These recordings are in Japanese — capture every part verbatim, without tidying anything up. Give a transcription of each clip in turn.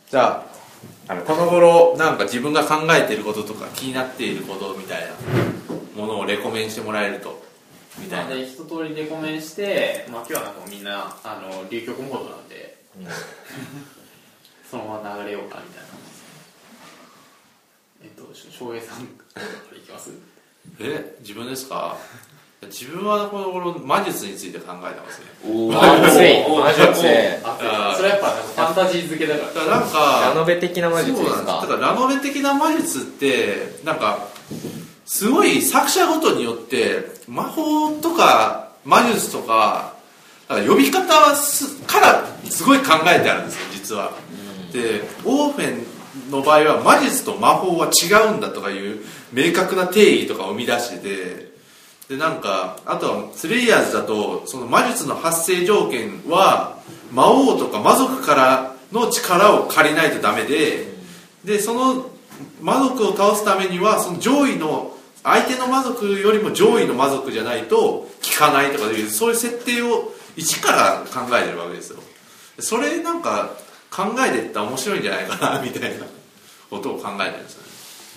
じゃあ、あのこの頃なんか自分が考えていることとか気になっていることみたいなものをレコメンしてもらえるとみたいな。 で一通りレコメンして、まあ、今日はなんかみんなあの流曲モードなんで、うん、そのまま流れようかみたいな。えっと翔平さんからいきます？ え自分ですか？自分はこの頃魔術について考えてますね。 おー熱い魔術。 それはやっぱファンタジー漬けだから。 だからなんかラノベ的な魔術ですか？ だからラノベ的な魔術ってなんかすごい作者ごとによって魔法とか魔術とかなんか呼び方はすからすごい考えてあるんですよ実は。でオーフェンの場合は魔術と魔法は違うんだとかいう明確な定義とかを生み出してて、でなんかあとはスレイヤーズだとその魔術の発生条件は魔王とか魔族からの力を借りないとダメで、でその魔族を倒すためにはその上位の相手の魔族よりも上位の魔族じゃないと効かないとかいうそういう設定を一から考えてるわけですよ。それなんか考えていったら面白いんじゃないかなみたいなことを考えてるんですよね。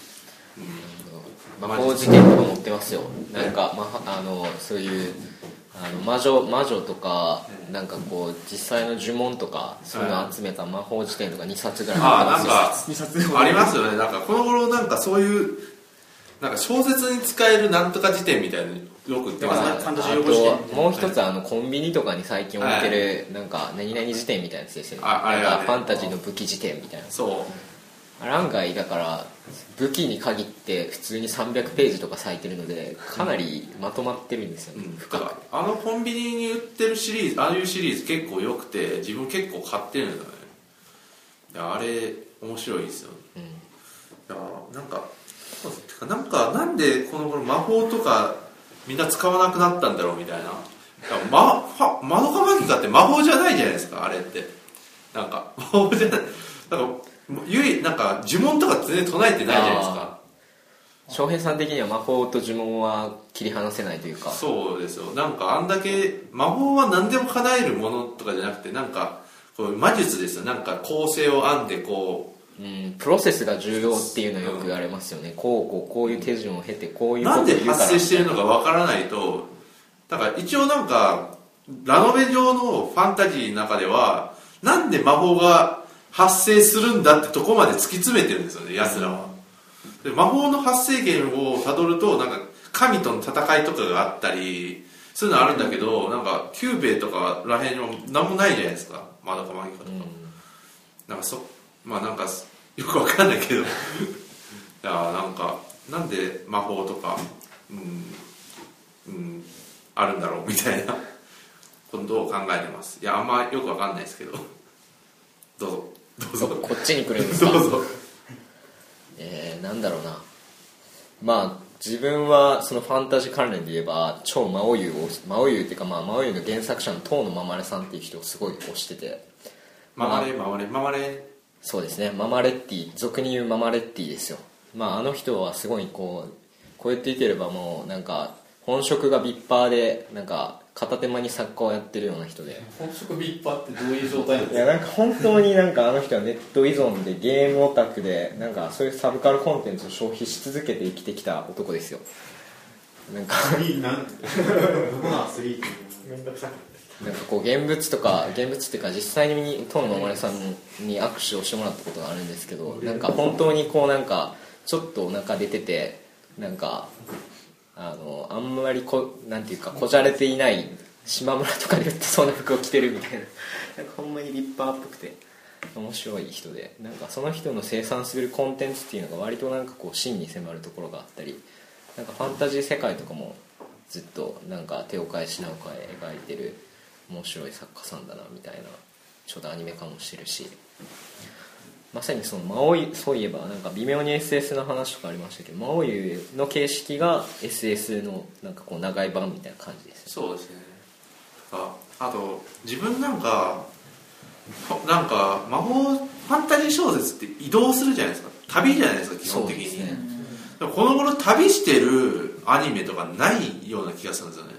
魔法事件とか持ってますよ。なんか、まあのそういうあの魔女魔女とかなんかこう実際の呪文とかそういうのを集めた魔法辞典とかにさつぐらいあってますよ。あなんかありますよね。なんかこの頃なんかそういうなんか小説に使えるなんとか辞典みたいなのよく売ってますね。 あともう一つあのコンビニとかに最近置いてるなんか何々辞典みたいなやつですよね。ああれなんかファンタジーの武器辞典みたいな。 そう。 案外だから武器に限って普通にさんびゃくページとか割いてるのでかなりまとまってるんですよね、うん、深く。 あのコンビニに売ってるシリーズ、ああいうシリーズ結構良くて自分結構買ってるんだよね。あれ面白いですよね、うん、いやなんかてかなんかなんでこの頃魔法とかみんな使わなくなったんだろうみたいな。ま、マドカマギカって魔法じゃないじゃないですかあれって。なんか魔法じゃないなんかゆいなんか呪文とか全然唱えてないじゃないですか。 翔平さん的には魔法と呪文は切り離せないというか。 そうですよ。なんかあんだけ魔法は何でも叶えるものとかじゃなくてなんかこう魔術ですよ。なんか構成を編んでこう、うん、プロセスが重要っていうのよく言われますよね、うん、こうこうこういう手順を経てこういうことを言うからなんで発生してるのかわからないと。だから一応なんかラノベ上のファンタジーの中ではなんで魔法が発生するんだってとこまで突き詰めてるんですよね奴らは。で魔法の発生源をたどるとなんか神との戦いとかがあったりそういうのあるんだけど、なんかキューベイとからへんにも何もないじゃないですかマドカマギカとか、うん、なんかそまあなんかよくわかんないけどいやなんかなんで魔法とか、うんうん、あるんだろうみたいなことを考えてます。いやあんまよくわかんないですけどどうぞどうぞ。 こっちに来るんですか。 どうぞ。 えー、なんだろうな。まあ自分はそのファンタジー関連で言えば超魔王優を魔王優っていうかまあ魔王優の原作者の遠野ママレさんっていう人をすごい推してて。 ママレママレママレ。 そうですね。ママレッティ俗に言うママレッティですよ。まああの人はすごいこうこうやっていければもうなんか本職がビッパーでなんか片手間に作家をやってるような人で。 本職ビッパーってどういう状態なんですか。 いやなんか本当になんかあの人はネット依存でゲームオタクでなんかそういうサブカルコンテンツを消費し続けて生きてきた男ですよ。なんかスリーなんどこなスリーってめんどくさくなんかこう現物とか現物っていうか実際に遠野ママレさんに握手をしてもらったことがあるんですけど、なんか本当にこうなんかちょっとお腹出ててなんかあのあんまりこなんていうかこじゃれていない島村とかで売ってそうな服を着てるみたいななんかほんまにリッパーっぽくて面白い人で、なんかその人の生産するコンテンツっていうのが割となんかこう真に迫るところがあったり、なんかファンタジー世界とかもずっとなんか手を変え品を変え描いてる面白い作家さんだなみたいな。ちょっとアニメ化もしてるし、まさにその魔王湯、そういえばなんか微妙に エスエス の話とかありましたけど魔王湯の形式が エスエス のなんかこう長い版みたいな感じです、ね、 そうですね。あ, あと自分なんかなんか魔法ファンタジー小説って移動するじゃないですか。旅じゃないですか基本的に、ね、この頃旅してるアニメとかないような気がするんですよね。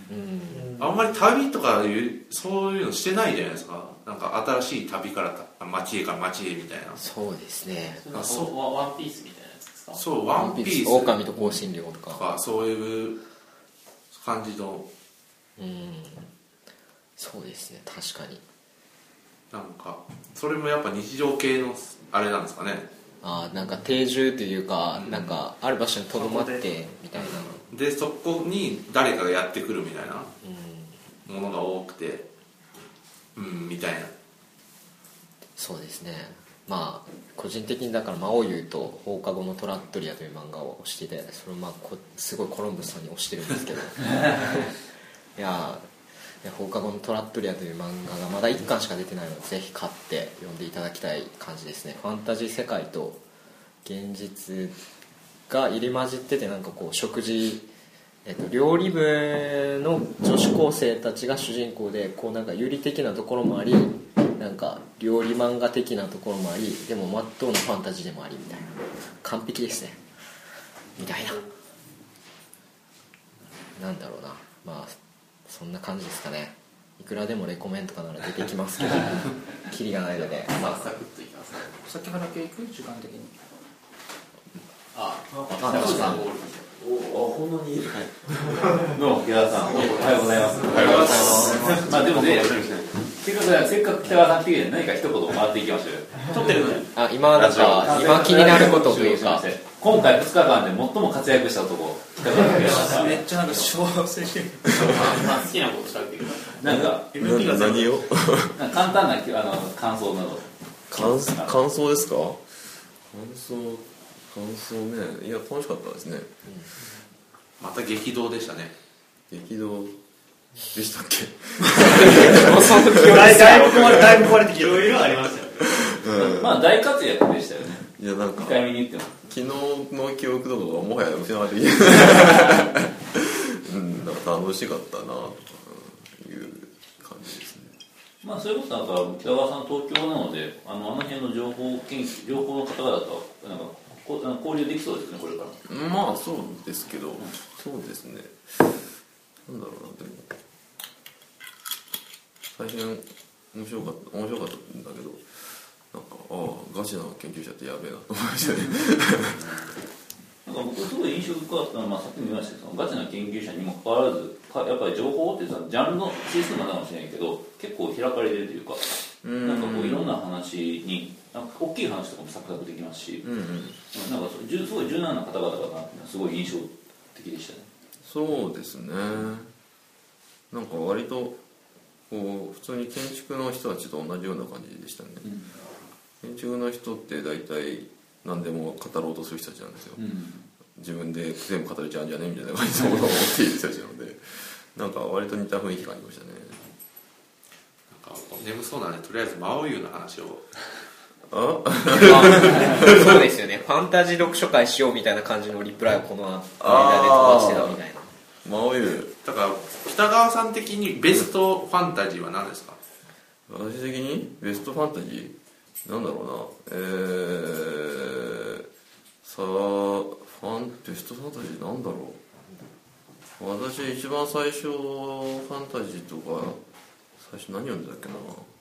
うんあんまり旅とかいうそういうのしてないじゃないですか。なんか新しい旅からた街へから街へみたいな。 そうですね。 あそうワワンピースみたいなやつですか。 そうワンピース狼と香辛料とかとかそういう感じのうんそうですね、確かに。 なんかそれもやっぱ日常系のあれなんですかね。 ああ、なんか定住というか、うん、なんかある場所にとどまってみたいなでそこに誰かがやってくるみたいなうんものが多くてうんみたいな。 そうですね。まあ個人的にだから魔王優と放課後のトラットリアという漫画を推していて、それをまあこすごいコロンブスさんに推してるんですけどいや放課後のトラットリアという漫画がまだいっかんしか出てないので、ぜひ買って読んでいただきたい感じですね。ファンタジー世界と現実が入り混じってて、なんかこう食事、えっと、料理部の女子高生たちが主人公で、こうなんか有利的なところもあり、なんか料理漫画的なところもあり、でもまっとうなファンタジーでもありみたいな、完璧ですねみたいな。なんだろうな、まあそんな感じですかね。いくらでもレコメンとかなら出てきますけどキリがないので、 まあサクッといきますね。 先から系いく時間的に。 ああ、 あ確かに。 おほんまにいる。どうも、木田さん、おはようございます。 おはようございます。 まあでもね、せっかくせっかく北川さん来てくれて、何か一言回っていきましょうよ。撮ってるのね。 あ、今なんか今気になることというか、 今回ふつかかんで最も活躍した男、北川さん来ました。 めっちゃなんか小選手まあ好きなこと喋ってください。 なんかな何を簡単なあの感想など。 感感想ですか？感想感想ね、いや楽しかったですね。 また激動でしたね。 激動でしたっけ？ だいぶ壊れだいぶ壊れてきていろいろありましたよね。 まあ大活躍でしたよね。 いやなんか控えめに言っても昨日の記憶とかがもはや失われているうんなんか楽しかったなという感じですね。 まあそういうことなんか北川さん東京なので、あのあの辺の情報研究情報の方々となんかこ交流できそうですね、これから。 まあそうですけど、そうですね。なんだろうな、でも大変面白かった面白かったんだけど、なんかああガチな研究者ってやべえなと思いましたね。 なんか僕すごい印象深かったのは、まあ、さっきも言いましたけど、そのガチな研究者にもかかわらずかやっぱり情報ってさジャンルのシステムなのかもしれないけど結構開かれてるというか、うんなんかこういろんな話になんか大きい話とかもサクサクできますし、うんうん、なんかすごい柔軟な方々だなってすごい印象的でしたね。 そうですね。なんか割とこう普通に建築の人たちと同じような感じでしたね。うん、建築の人って大体何でも語ろうとする人たちなんですよ。うん、自分で全部語れちゃうんじゃねみたいな感じのことを思っている人たちなので、なんか割と似た雰囲気がありましたね。 なんか眠そうなんでとりあえず魔王湯の話を。 あそうですよね。ファンタジー読書会しようみたいな感じのリプライをこの間で飛ばしてたみたいな。 魔王湯だから北川さん的にベストファンタジーは何ですか？ 私的にベストファンタジーなんだろうな、えー、さあファンベストファンタジーなんだろう。私一番最初ファンタジーとか最初何読んでたっけな。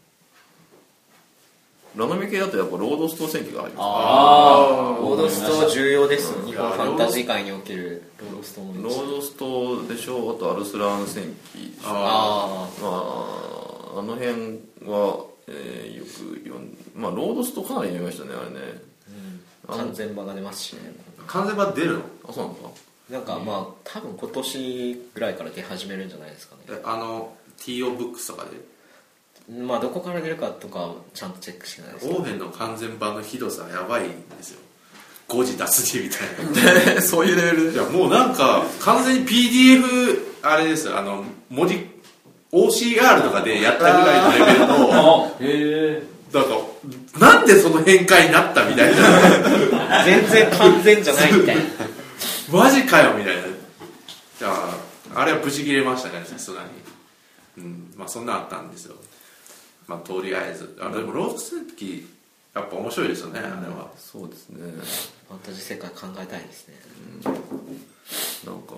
ラノミ系だとやっぱロードスト戦記があります。 ああ、ロードスト重要ですよ。日本ファンタジー界におけるロードストも。 ロードストでしょ。あとアルスラーン戦記でしょ。 ああ、 まああの辺は、えー、よく読んまあロードストかなり読みましたねあれね。 うん、完全版が出ますしね。 完全版出るの？ あ、そうなんですか。 なんかまあ多分今年ぐらいから出始めるんじゃないですかね。 あの ティーオー ブックスとかで。 まあどこから出るかとかちゃんとチェックしてないですけど、 オーベンの完全版のひどさやばいんですよ。誤字脱字みたいなそういうレベルで。 いやもうなんか完全に ピーディーエフ あれですよ、あの文字 オーシーアール とかでやったぐらいのレベルのへえ。 だからなんでその変換になったみたいな全然完全じゃないみたいなマジかよみたいな。じゃああれはブチ切れましたね、さすがに。うん、まあそんなあったんですよ。まあとりあえずあでもロードステーキやっぱ面白いですよね、あれは。 そうですね。 ファンタジー世界考えたいですね。 うん、なんか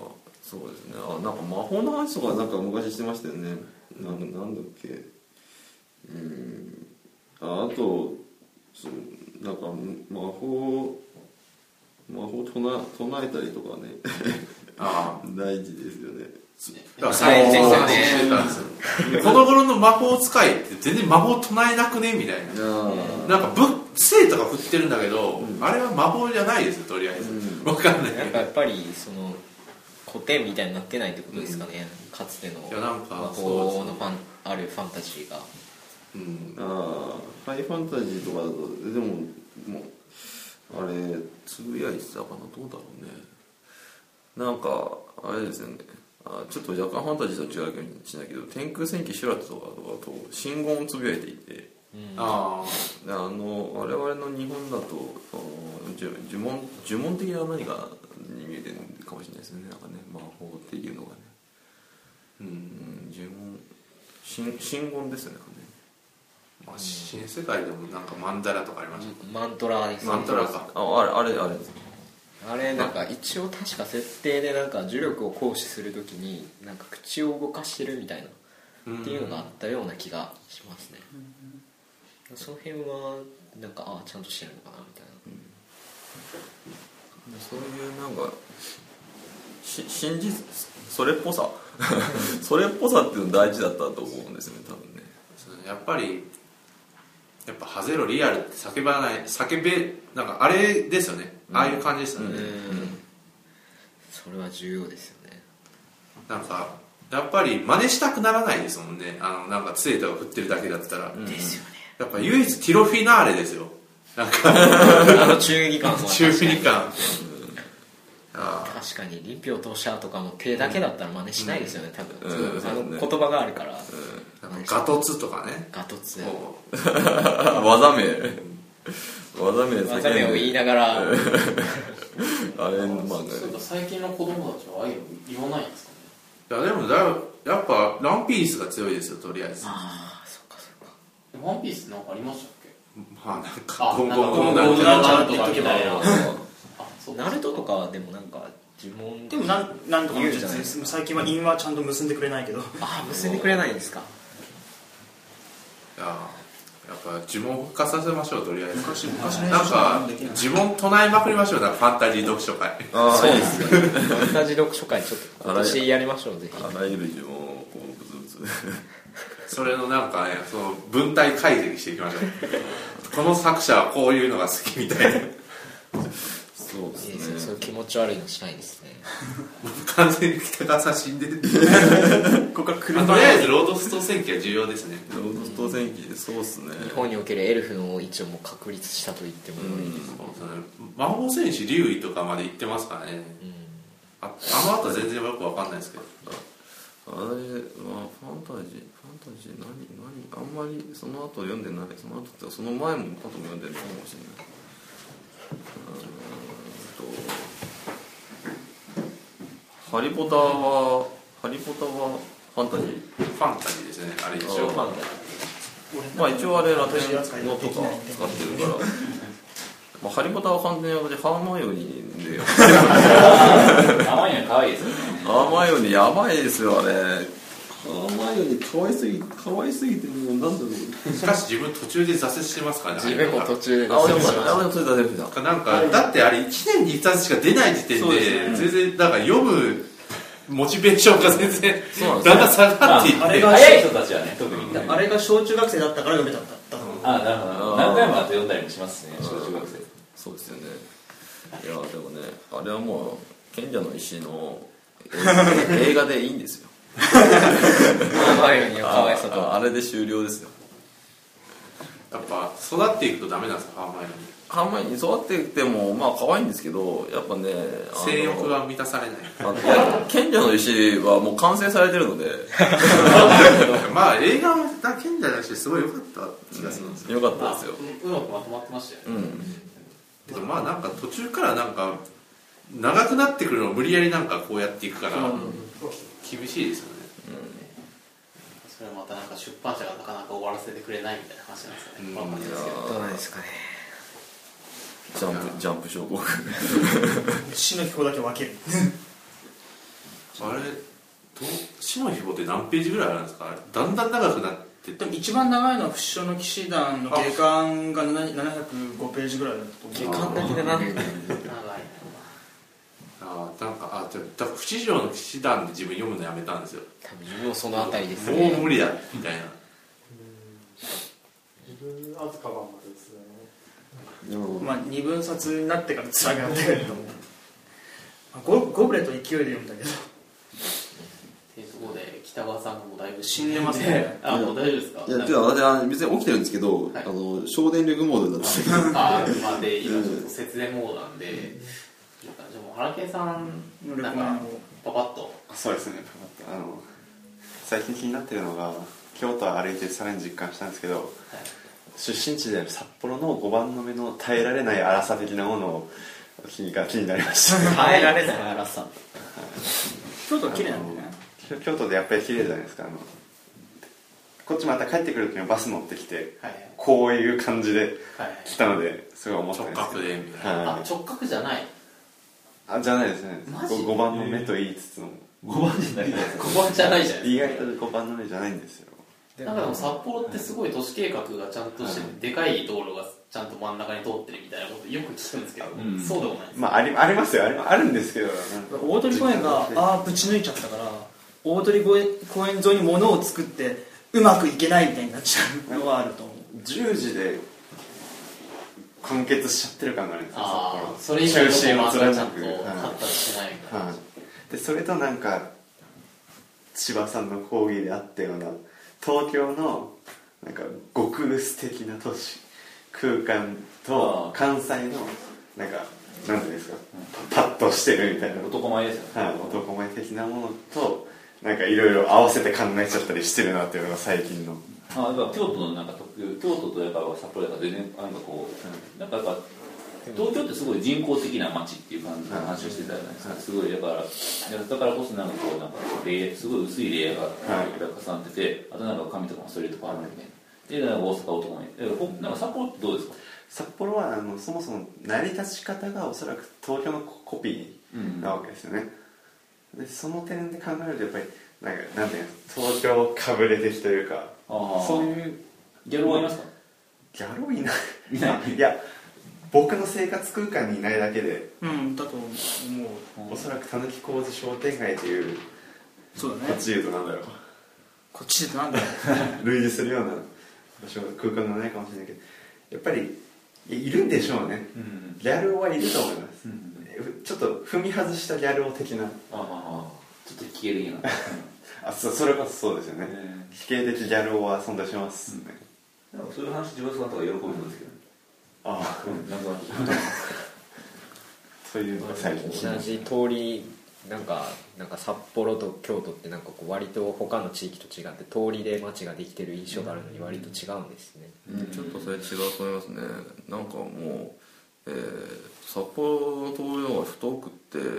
そうですね。あ、なんか魔法の話とかなんか昔してましたよね。なんかなんだっけ。うん。あ、あとそうなんか魔法魔法唱え唱えたりとかね。 ああ大事ですよね。 だから大事ですよね。この頃の魔法使いって全然魔法唱えなくねみたいな。なんかぶ杖とか振ってるんだけど、うん、あれは魔法じゃないですよとりあえず。うん、分かんない。 なんかやっぱりその古典みたいになってないってことですかね。うん、かつての魔法のファンあるファンタジーが。 うん、ああハイファンタジーとかだとでももうあれつぶやいてたかなどうだろうね。なんかあれですよね。あちょっと若干ファンタジーと違うかもしれないけど天空戦記シュラットとかとかと信言をつぶやいていて、うん、ああの我々の日本だと呪文呪文的な何かに見えてるかもしれないですね。なんかね魔法っていうのがね、うん、うん、呪文信信言ですよね。 まあ、新世界でもなんかマンダラとかありました、 うん、マントラですね。 マントラかああれあれあれですね。 あれなんか一応確か設定でなんか呪力を行使するときになんか口を動かしてるみたいなっていうのがあったような気がしますね、うん、その辺はなんかああちゃんとしてるのかなみたいな、 うん、そういうなんかし信じそれっぽさそれっぽさっていうの大事だったと思うんですよね多分ね。 やっぱりやっぱハゼロリアルって叫ばない叫べなんかあれですよね、うん、ああいう感じですよね、うんうん、 それは重要ですよね。 なんかやっぱり真似したくならないですもんね。あのなんか杖とか振ってるだけだったら、うん、ですよね。やっぱ唯一ティロフィナーレですよ。なんかあの中二感中二感あ確かに臨氷投射とかも手だけだったら真似しないですよね、うん、多分、うん、あの言葉があるから、 うん、ガトツとかねガトツ技名技名技名を言いながらあれまあ最近の子供たちはああいうの言わないんですかね。 いやでもだやっぱランピースが強いですよとりあえず。 ああそっかそっか。 ワンピースなんかありましたっけ。 まあなんかゴンゴンゴンなんてなんとかみたいなナルトとかはでもなんか呪文でもなんなんとか言うじゃないですか。最近は韻はちゃんと結んでくれないけど。 ああ結んでくれないんですか。 いややっぱ呪文を復活させましょうとりあえず。昔昔なんか呪文唱えまくりましょう。なんかファンタジー読書会。 あそうですね。ファンタジー読書会ちょっと今年やりましょうぜひ。 あらゆる呪文をこうブツブツ。 それのなんかねその文体解析していきましょう。この作者はこういうのが好きみたいな。 そうですね。 そういう気持ち悪いのしたいですね。 完全に北川さん死んでる。 ここから車。 とりあえずロードスト戦記は重要ですね。 ロードスト戦記でそうですね。 日本におけるエルフの位置をもう確立したと言ってもいいです。 そうですね。魔法戦士リュウイとかまで行ってますからね。うん、あ, あの後は全然よくわかんないですけど。 あれ、まあ、ファンタジーファンタジー何何あんまりその後読んでない。その後ってその前も後も読んでるのかもしれない。ハリポタはハリポタはファンタジーファンタジーですねあれ一応まあ一応あれラテン語とか使ってるから、まあ、ハリポタは完全に私ハーマイオニーでハーマイオニー可愛いですよね。 ハーマイオニーやばいですよあれ。ハーマイオニー可愛すぎ可愛すぎてもうなんだろう。 しかし自分途中で挫折してますからね。 自分も途中で挫折してます。 なんかだってあれいちねんにいっさつしか出ない時点で全然だから読むモチベーションが全然だんだん下がっていって、 あれが早い人たちはね特にあれが小中学生だったから読めたんだった。 あなるほど。何回もあと読んだりもしますね小中学生。 そうですよね。いやでもねあれはもう賢者の石の映画でいいんですよ。あれで終了ですよ。 やっぱ育っていくとダメなんですかハーマイオニー。 ハーマイオニー育っていってもまあ可愛いんですけどやっぱね性欲が満たされない。 いや賢者の石はもう完成されてるのでまあ映画は賢者の石すごい良かった気がするんですよ。 良かったですよ。 うまくまとまってましたよね。 うん。けどまあなんか途中からなんか長くなってくるのを無理やりなんかこうやっていくから厳しいですよね。 それはまたなんか出版社がなかなか終わらせてくれないみたいな話なんですよね。 うん、どうなんですかね。 ジャンプジャンプ症候群。 死の気候だけ分ける。 あれ死の秘宝って何ページぐらいあるんですか？だんだん長くなってでも一番長いのは不死鳥の騎士団の下巻がななひゃくごページぐらいだったと思う。 下巻だけでな長いああなんかあでもだから不死鳥の騎士団で自分読むのやめたんですよ。 多分自分もそのあたりですもうね。 無理だみたいな。 自分アズカバンまでですね。 でもまあ二分冊になってから辛くなってくると思う。ゴ, ゴブレット勢いで読んだけどっていうところで北川さんがもうだいぶ死んでますね。 あ、もう大丈夫ですか？ いや、てか私は別に起きてるんですけど、 はいあの省電力モードになってる。 あ、まあで今ちょっと節電モードなんで、じゃあもう原圭さんのレなんかコメンをパパッと。 そうですね、あの最近気になってるのが京都を歩いてさらに実感したんですけど、出身地である札幌のごばんの目の耐えられない荒さ的なものを気が気になりました耐えられない荒さ。 京都は綺麗なんだよね。 京都でやっぱり綺麗じゃないですか。あのこっちまた帰ってくる時にバス乗ってきて、 はいこういう感じではい来たのですごい思ったん直ですけど、 角でみたいな。 はいあ、直角じゃない。 あじゃないですね。 マジごばんの目と言いつつもごばんじゃないですか。 ごばんじゃないじゃない意ですか。 外とごばんの目じゃないんですよ。 なんかでも札幌ってすごい都市計画がちゃんとしてて、でかい道路がちゃんと真ん中に通ってるみたいなことよく聞くんですけど、 うんそうでもないです。 まあありありますよ、ありあるんですけど、なんか大鳥公園があーぶち抜いちゃったから大鳥公園公園沿いに物を作ってうまくいけないみたいになっちゃうのはあると思う。 じゅうじで完結しちゃってる感があるんですよ、 ああ、 札それ以外の中心をところはちゃんと貫く発達しないみたいな。 はい、でそれとなんか千葉さんの講義であったような東京のなんか極素敵な都市空間と関西のなんかなんていうんですか、パッとしてるみたいな、 男前ですよね。 はい、男前的なものとなんかいろいろ合わせて考えちゃったりしてるなっていうのが最近の。 あ、やっぱ京都のなんか特有、京都とやっぱ札幌だから全然なんかこう、なんかやっぱ東京ってすごい人工的な街っていう感じの話をしてたじゃないですか。すごいだからだからこそなんかこうなんかレイすごい薄いレイヤーが重なってて、あとなんか髪とかもストレートパーマみたいな。でなんか大阪男前。えほなんか札幌ってどうですか？ 札幌はあのそもそも成り立ち方がおそらく東京のコピーなわけですよね、うん、でその点で考えるとやっぱりなんかなんていうの、東京かぶれ的というか、 あそういうギャルはいますか？ ギャルいないいないいや僕の生活空間にいないだけで、 うんだと思う。 おそらくたぬき工事商店街というそうだね。 こっちで言うとなんだろうこっちで言うとなんだろう。 類似するような場所空間がないかもしれないけど、やっぱりいるんでしょうね、うん、ギャルはいると思います、うん、ちょっと踏み外したギャル男的な、 ああちょっと聞けるようなあ そ, それこそそうですよね、奇形的ギャル男は存在しますね、 うん、なんかそういう話自分さんとか喜ぶんですけど、ね、 ああ、うん、なんとなくそういうのが最近同じ通りなんかなんか札幌と京都ってなんかこう割と他の地域と違って通りで街ができてる印象があるのに割と違うんですね、 うん、ちょっとそれ違うと思いますね。なんかもう、えー、札幌の通りの方が太くって、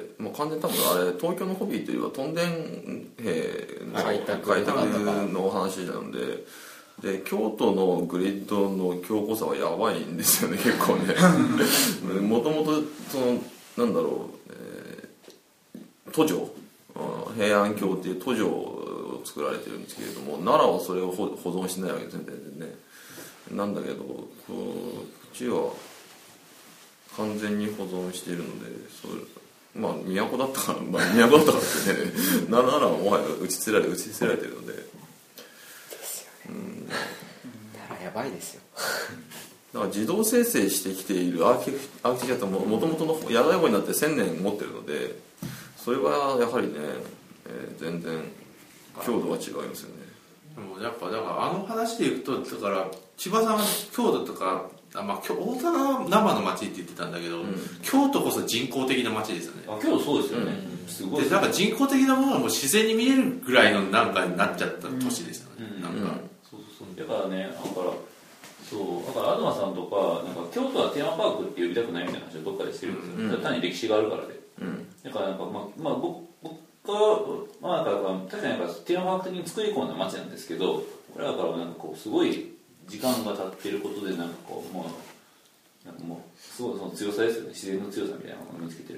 まあ、完全に多分あれ東京のホビーというよりはトンデン兵の開拓開拓の話なので、で京都のグリッドの強固さはやばいんですよね結構ね。もともとそのなんだろう、えー、都城平安京っていう都城を作られてるんですけれども、奈良はそれを保存してないわけですね全然ね。なんだけどこっちは完全に保存しているので、それまあ都だったから、まあ、都だったからってね奈良はもはや打ち捨てられ打ち捨てられてるのでですよね、うん、奈良やばいですよだから自動生成してきているアーキテクチャってもともとの野外語になってせんねん持ってるので、それはやはりね、えー、全然強度が違いますよね。 もうやっぱだからあの話でいくと、だから千葉さんは京都とか、あ、まあ、大阪生の町って言ってたんだけど、うん、京都こそ人工的な町ですよね。 あ、京都そうですよね、うん、すごいでなんか人工的なものがもう自然に見えるぐらいのなんかになっちゃった都市ですよね、うん、なんか、うん、 そうそうそう。だからね、だからそうだから東さんとかなんか京都はテーマパークって呼びたくないみたいな話をどっかでしてるんですよ、うん、単に歴史があるからで、うん、だからなんかまあ、まあ、僕はまあ、だから確かになんかテーマパーク的に作り込んだ街なんですけど、これだからなんかこうすごい時間が経ってることでなんかこうもうなんかもうすごいその強さですよね、自然の強さみたいなものを見つけてるんで。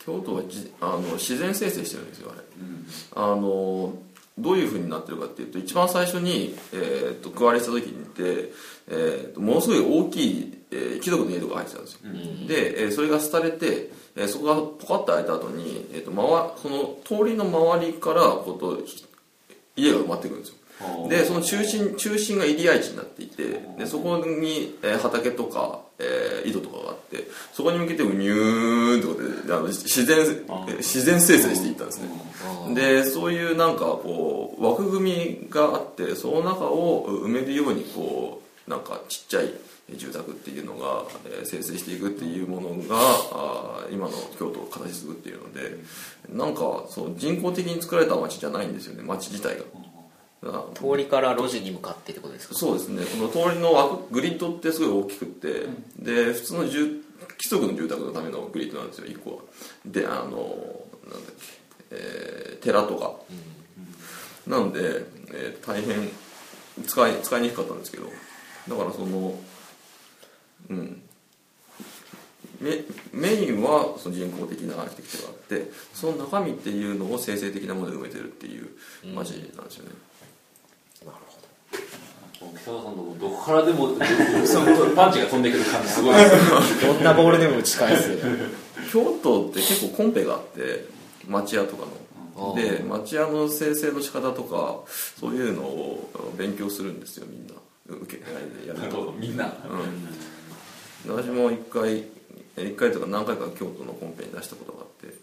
京都はじあの自然生成してるんですよあれ、 うん、 あのどういう風になってるかっていうと、一番最初に、えー、と区割りした時にって、えー、とものすごい大きい、えー、貴族の家とか入ってたんですよ、うん、で、えー、それが廃れて、えー、そこがポカッと開いた後に、えー、と回その通りの周りからこうと家が埋まってくるんですよ。でその中心中心が入り合い地になっていて、でそこに、えー、畑とか、えー、井戸とかがあって、そこに向けてうにゅーんってことであの自然自然生成していったんですね。でそういうなんかこう枠組みがあって、その中を埋めるようにこうなんかちっちゃい住宅っていうのが、えー、生成していくっていうものがあ今の京都を形作っているので、なんかそう人工的に作られた街じゃないんですよね、街自体が。 通りから路地に向かってってことですか？ そうですね、この通りの枠グリッドってすごい大きくって、うん、で普通の住規則の住宅のためのグリッドなんですよいっこは。であのなんだっけ、えー、寺とか、うん、なので、えー、大変使い使いにくかったんですけど、だからそのうんメ, メインはその人工的なアーキテクチャがあって、その中身っていうのを生成的なもので埋めてるっていう街なんですよね、 うん、なるほど。 北川さんのどこからでもパンチが飛んでくる感じすごいですどんなボールでも打ち返す京都って結構コンペがあって、町屋とかので町屋の生成の仕方とかそういうのを勉強するんですよ、みんな受けやるとみんな、 うん、私も一回一回とか何回か京都のコンペに出したことがあって、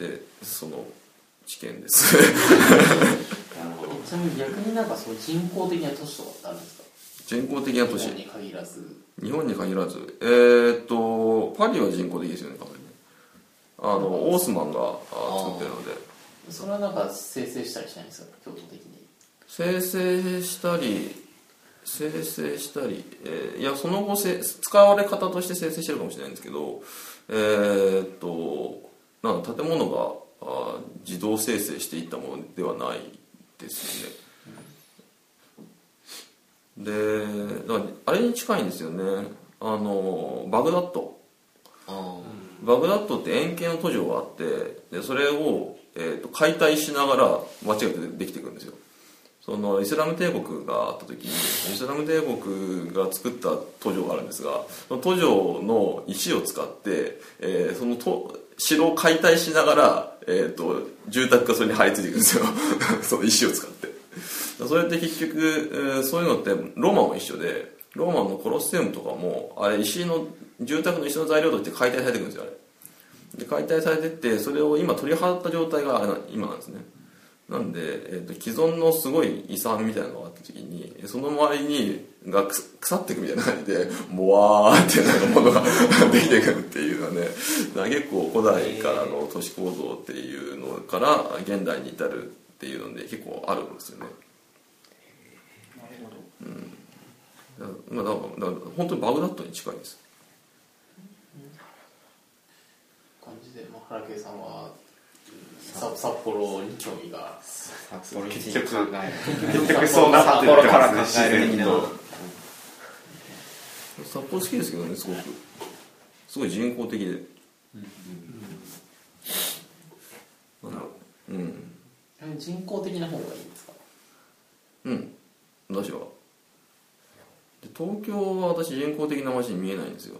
でその知見ですなるほど。ちなみに逆になんかそう人工的な都市とかってあるんですか？ 人工的な都市、 日本に限らず日本に限らず、えー、っとパリは人工的ですよね、多分ね。あのオースマンが作ってるので。 それはなんか生成したりしないんですか、京都的に？ 生成したり生成したり、えー、いやその後せ使われ方として生成してるかもしれないんですけど、えー、っとなんか建物があ自動生成していったものではないですよね。でだからあれに近いんですよね、あのバグダッド。あバグダッドって円形の途上があって、でそれを、えー、と解体しながら街ができていくんですよ。そのイスラム帝国があった時にイスラム帝国が作った途上があるんですが、その途上の石を使って、えー、そのと城を解体しながら、えー、と住宅がそれに張り付いていくんですよその石を使って。それって結局、えー、そういうのってローマも一緒で、ローマのコロッセウムとかもあれ石の住宅の石の材料として解体されていくんですよ。あれで解体されていって、それを今取り払った状態が今なんですね。なんで、えー、と既存のすごい遺産みたいなのがあった時に、その周りにが腐っていくみたいな感じでもわーってなんかものができてくるっていうのはね、結構古代からの都市構造っていうのから現代に至るっていうので結構あるんですよね。 なるほど。 うん、だから、だから本当にバグダッドに近いです。 感じで、まあ、原圭さんは札幌に興味が札幌結局結局そうなってるからね、自然と。 札幌好きですけどね、すごくすごい人工的で、うんうんうん、人工的な方がいいんですか？ うん私はで東京は私人工的な街に見えないんですよ。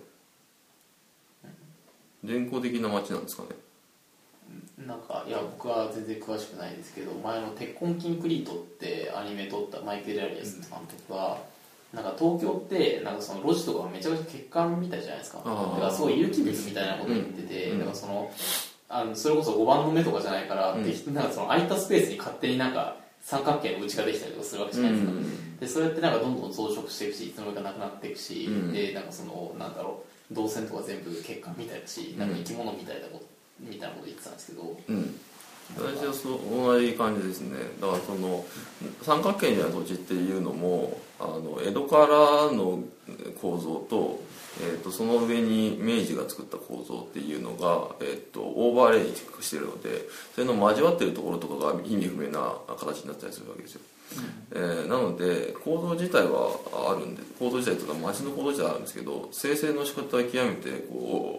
人工的な街なんですかね。 なんかいや僕は全然詳しくないですけど、前の「鉄痕キンクリート」ってアニメ撮ったマイケル・アリアス監督が、なんか東京ってなんかその路地とかがめちゃくちゃ血管みたいじゃないですか。だからすごい有機物みたいなこと言ってて、うん、だからそのあのそれこそごばんの目とかじゃないから、うん、なんかその空いたスペースに勝手になんか三角形の内ができたりとかするわけじゃないですか、うん、でそれってなんかどんどん増殖していくし、いつの間にかなくなっていくし、うん、でなんかそのなんだろう動線とか全部血管みたいだし、なんか生き物みたいなことみたいなこと言ってたんですけど、 うん、私はそう同じ感じですね。だからその三角形にある土地っていうのもあの江戸からの構造と、えー、とその上に明治が作った構造っていうのが、えー、とオーバーレイしてるので、それの交わってるところとかが意味不明な形になったりするわけですよ、うんえー、なので構造自体はあるんで構造自体というか街の構造自体はあるんですけど、生成の仕方は極めてこう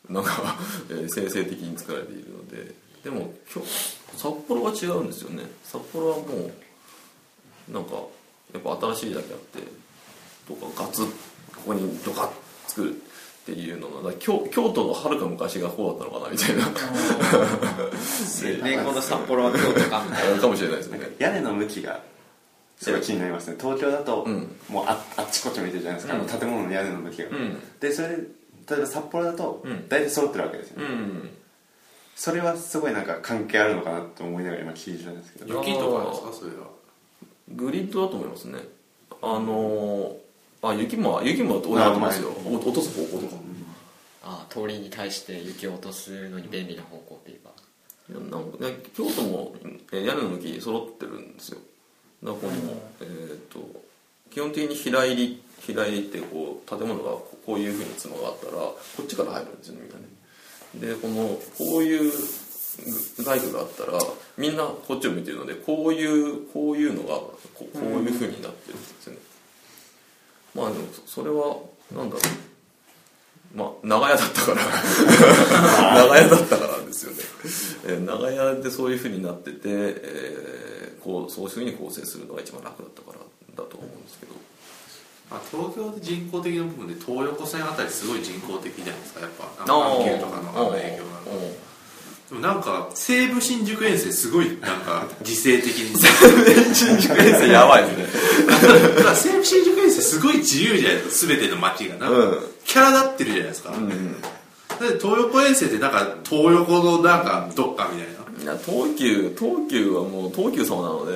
なんか、えー、生成的に作られているので、でも今日札幌は違うんですよね。札幌はもうなんかやっぱ新しいだけあってとかガツッここにドカッ作るっていうのが京, 京都のはるか昔がこうだったのかなみたいな年後の札幌は京都かみたいなかもしれないですね。 屋根の向きがすごい気になりますね。東京だと、うん、もう あ, あっちこっち見てるじゃないですか、うん、建物の屋根の向きが、うん、でそれで例えば札幌だと大体揃ってるわけですよね、うん、それはすごいなんか関係あるのかなと思いながら今聞いてたんですけど。 雪とかですか？それはグリッドだと思いますね。あのー、あ雪も雪も同じだと思いますよ。落とす方向とか、うん、 あ通りに対して雪を落とすのに便利な方向っていうか、 いやなんか京都も屋根の向き揃ってるんですよ。だからこの、えー、と基本的に平入り平入りってこう建物がこういうふうに妻があったらこっちから入るんですよね、みんなね。でこのこういう外部があったらみんなこっちを見てるのでこういうこういうのがこう、こういうふうになってるんですよね。まあでもそれはなんだろう、まあ長屋だったから長屋だったからですよね、えー、長屋でそういうふうになってて、えー、こうそういうふうに構成するのが一番楽だったからだと思うんですけど、 あ東京で人工的な部分で東横線あたりすごい人工的じゃないですか、やっぱ阪急とかのあの影響が。でもなんか西武新宿沿線すごいなんか時勢的に新宿沿線やばいですねだから西武新宿沿線すごい自由じゃないですか、全ての街がなんか、うん、キャラ立ってるじゃないですか、うん、だって東横沿線ってなんか東横のなんかどっかみたいな。 いや東急東急はもう東急様なので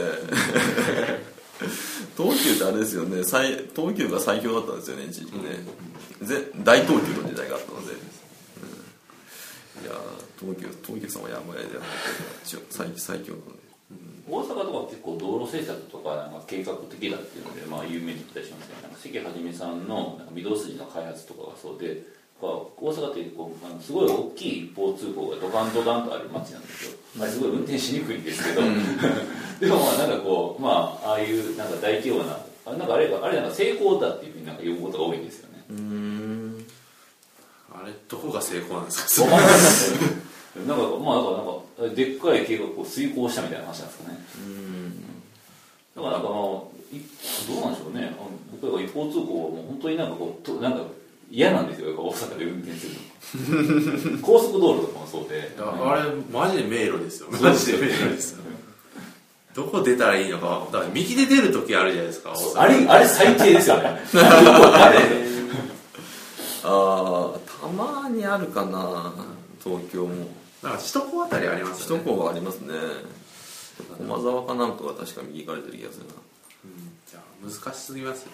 東急ってあれですよね、東急が最強だったんですよね、一時期ね、うん、大東急の時代があったので、うん、いや東急東急さんはやむやで最最強なので、 うん、大阪とか結構道路政策とかなんか計画的だっていうので、まあ、有名に言ったりしますね。なんか関はじめさんのなんか御堂筋の開発とかがそうで、大阪ってこうあのすごい大きい一方通行がドカンドカンとある街なんですよ。まあ、すごい運転しにくいんですけどでもまあなんかこう、まあ、ああいうなんか大規模なあなんかあれあれなんか成功だっていうふうになんか呼ぶことが多いんですよね。 うーんあれどこが成功なんですか？ なんかまあなんかなんかでっかい計画を遂行したみたいな話なんですかね。うんだからなんかまあどうなんでしょうね。僕らが一方通行はもう本当になんかこうとなんか嫌なんですよ、大阪で運転するの高速道路とかもそうで、 あれマジで迷路ですよ、マジで迷路ですよどこ出たらいいのか、だから右で出るときあるじゃないですか、 あれあれ最低ですよねああたまにあるかな、東京もなんか首都高あたりありますよね。 首都高はありますね。駒沢かなんかが確か右行かれてる気がするな、 うん、じゃあ難しすぎますよ。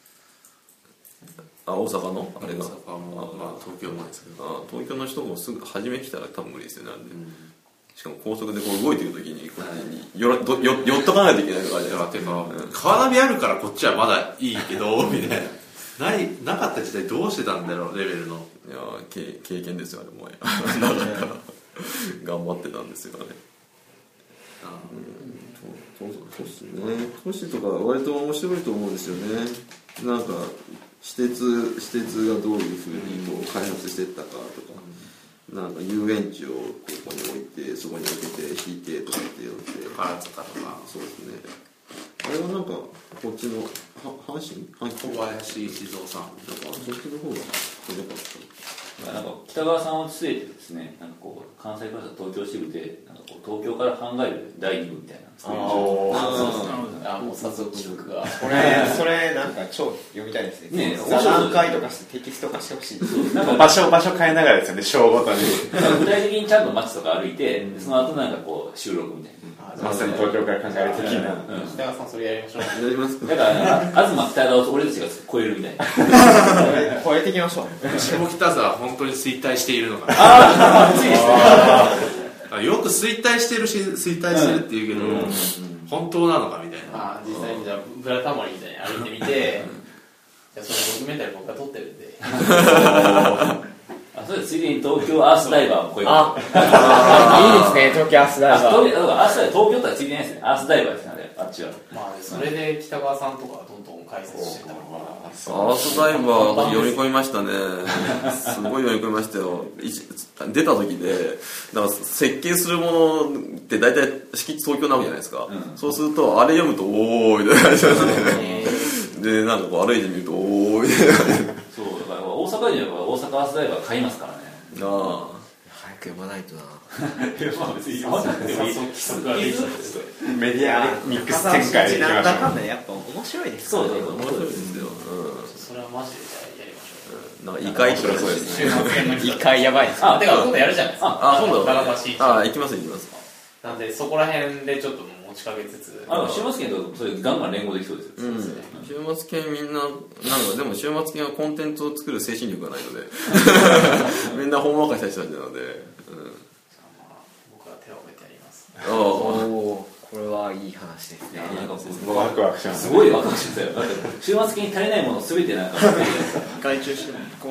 あ大阪のあれが大阪もまあ東京もですけど、 あ東京の人もすぐ初め来たら多分無理ですよね、うん、しかも高速でこう動いてる時にこっちによらどよ寄っとかないといけないとかじゃなくて、 カーナビあるからこっちはまだいいけどみたいなないなかった時代どうしてたんだろうレベルの。 いや経経験ですよ、あれもなかったら頑張ってたんですよね。あうん、そうそうそうですね。都市とか割と面白いと思うんですよね。なんか私鉄私鉄がどういうふうにこう開発していったかとか、うん、なんか遊園地をここに置いてそこに置けて引いてとかってやって宝塚とか、 そうですね。あれはなんかこっちの阪神小林一三さんなんかそっちの方が良かった。 なんか北川さんを据えてですね、なんかこう関西から東京支部でなんかこう東京から考えるだいに部みたいなの作りましょう。 ああもう早速記録がこれそれなんか超読みたいですね。ね座談会とかしてテキスト化してほしい。 なんか場所場所変えながらですよね、章ごとに。 具体的にちゃんと街とか歩いて、その後なんかこう収録みたいな。 まさに東京から考える的な。 北川さんそれやりましょう。 やりますか。 だから東北川を俺たちが超えるみたいな。 超えていきましょう。 下北沢は本当に衰退しているのかな。 ああ、熱いですね。よく衰退してるし衰退してるって言うけど、うん、本当なのかみたいな。 あ実際にじゃあブラタモリみたいに歩いてみて、じゃあそのドキュメンタリー僕が撮ってるんで。 あそれでついでに東京アースダイバーも来よう。 ああいいですね、東京アースダイバー。 あ東京だからアースダイバー東京とはついてないですね。アースダイバーですね、あれあっちは。 まあそれで北川さんとかどんどん解説してたのかな。 アースダイバー読み込みましたね。すごい読み込みましたよ。出た時でだから設計するものって大体敷地東京なわけじゃないですか、うん、そうするとあれ読むとおおみたいな感じですね。でなんかこう歩いてみるとおおみたいなそうだから大阪人は大阪アースダイバー買いますからね。 ああ早く読まないとな。 まあ別に読まなくてもいい規則ができたんですよ。 メディアミックス展開でいきましょう。なんだかんだやっぱ面白いですそうだよ面白いですよ、うん、 それはマジでじゃあやりましょう。 なんか異界とかそうですね。 異界やばいです。 あ、てか今度やるじゃないですか。 あ、今度長橋市。 あ、行きます行きます。 なんでそこら辺でちょっと持ちかけつつ。 あ、終末権とそれガンガン連合できそうですよ。 うん。終末権みんななんかでも終末権はコンテンツを作る精神力がないので、みんなほんわかした人たちなので。うん。 僕は手を挙げてやります。 おお。これはいい話ですね。 ワクワクします。 すごいワクワクしてたよ。だって終末権に足りないものすべてなんか外注してこう。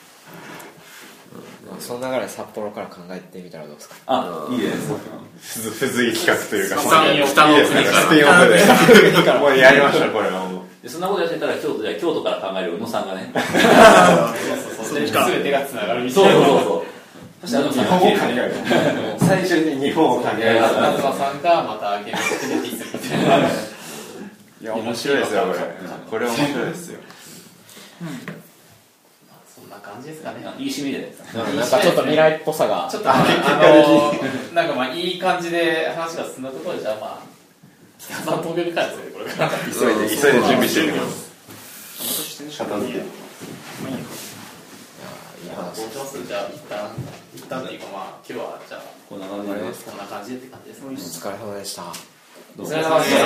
その流れで札幌から考えてみたらどうですか。 あ、いいです。 付随企画というか、 北の国からスピンオフでもうやりましょうこれはもう。 そんなことやってたら京都じゃ京都から考える宇野さんがね。 そうそうそう。全てがつながるみたそういな。 そうそう。 日本を考える。最初に日本を考える。 夏場さんがまた現実で出てきてみたいな。 いや面白いですよこれ。これ面白いですよ。 そんな感じですかね。 いい締めじゃないですか。 なんかちょっと未来っぽさが。 ちょっとあのなんかまあいい感じで話が進んだところでじゃあまあ北さん東京に帰るんですよねこれから。 急いで急いで準備していきます。片付け。 どうしますじゃあ一旦一旦っていうかまあ今日はじゃあこんな感じでこんな感じでって感じですね。 お疲れ様でした。 お疲れ様でした。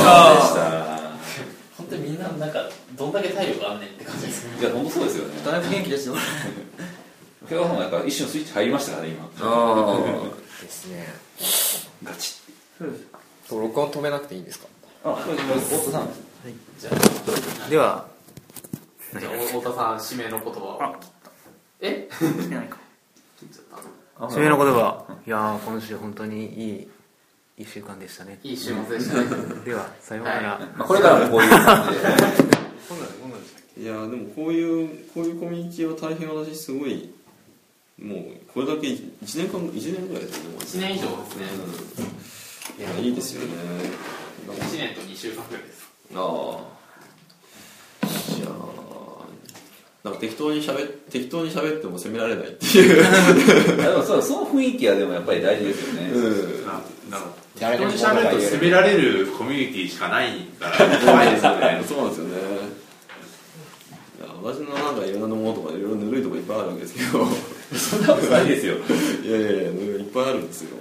本当にみんななんかどんだけ体力あんねんって感じですね。 いや本当そうですよね。 だいぶ元気ですよ。 今日はなんか一瞬スイッチ入りましたからね今。 ああですね。 ガチッ。録音止めなくていいんですか。 あ、これ太田さん。 じゃあではじゃあ太田さん指名の言葉を。え？ してないか。締めの言葉。いやー今週本当にいい一週間でしたね。 いい週末でしたね。 ではさようなら。 まあこれからもこういう感じで。 いやでもこういうこういうコミュニティは大変私すごいもうこれだけいちねんかんいちねんぐらいですよね。 いちねん以上ですね。 いやいいですよね。 いちねんとにしゅうかんぐらいです。 ああ。いやなんか適当にしゃべ適当に喋っても責められないっていうでもそうその雰囲気はでもやっぱり大事ですよね。 うん。 適当に喋ると責められるコミュニティしかないから怖いですよね。 そうなんですよね。いや私のなんかいろんなものとかいろいろぬるいとこいっぱいあるわけですけどそんなことないですよ。 いやいやいやいっぱいあるんですよ。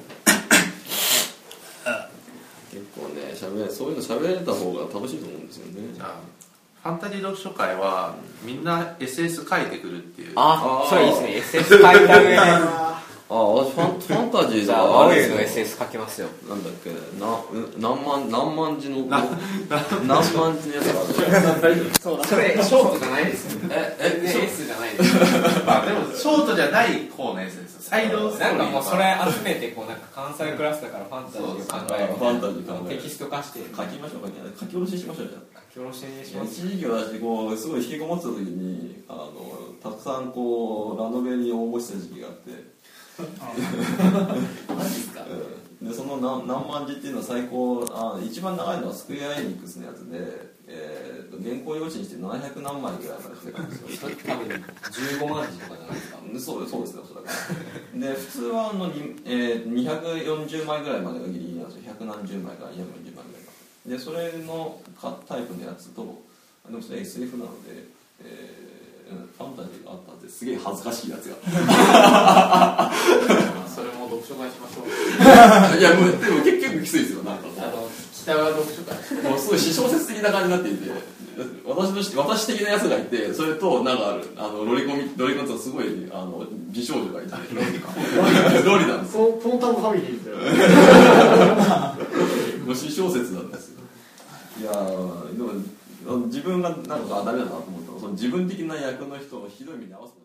結構ねしゃべそういうの喋れた方が楽しいと思うんですよね。 ファンタジー読書会はみんな エスエス 書いてくるっていう。 あ、それいいですね。エスエス 書いた上で。 あ、私ファンファンタジーじゃあ青いの エスエス 書きますよ。 なんだっけな何万何万字の何万字のやつがある。 そうそれショートじゃないですよ。ええ S じゃないです。 まあでもショートじゃない方の エスエス。サイドストーリー。 なんかもうそれ集めてこうなんか関西クラスだからファンタジーを考える。 ファンタジー考える。 テキスト化して書きましょうかね。書き下ろししましょうじゃあ。 書き下ろしにします。 一時期私こうすごい引きこもってた時にあのたくさんこうラノベに応募した時期があって。 マジですか。 でその何何万字っていうのは最高あ一番長いのはスクエアエニックスのやつで、えー、と原稿用紙にしてななひゃくなんまいぐらいまで書いたんですよ。 多分じゅうごまんじとかじゃないですか。 そうそうですね、それで普通はあの、えー、にひゃくよんじゅうまいぐらいまでがギリギリなんですよ。ひゃくなんじゅうまいからにひゃくよんじゅうまいぐらいがでそれのタイプのやつとでもそれ エスエフ なので、えーファンタジーがあったってすげえ恥ずかしいやつがそれも読書会しましょう。 いやもうでも結構きついですよ。なんかあの北川読書会もうすごい私小説的な感じになっていて私の私的なやつがいてそれとなんかあるあのロリコミロリコンとすごいあの美少女がいてロリかロリなんですよ。トータルファミリーですよ。 もう私小説なんですよ。いやーでも自分がなんかダメだなと思ったらその自分的な役の人をひどい目に遭わせた。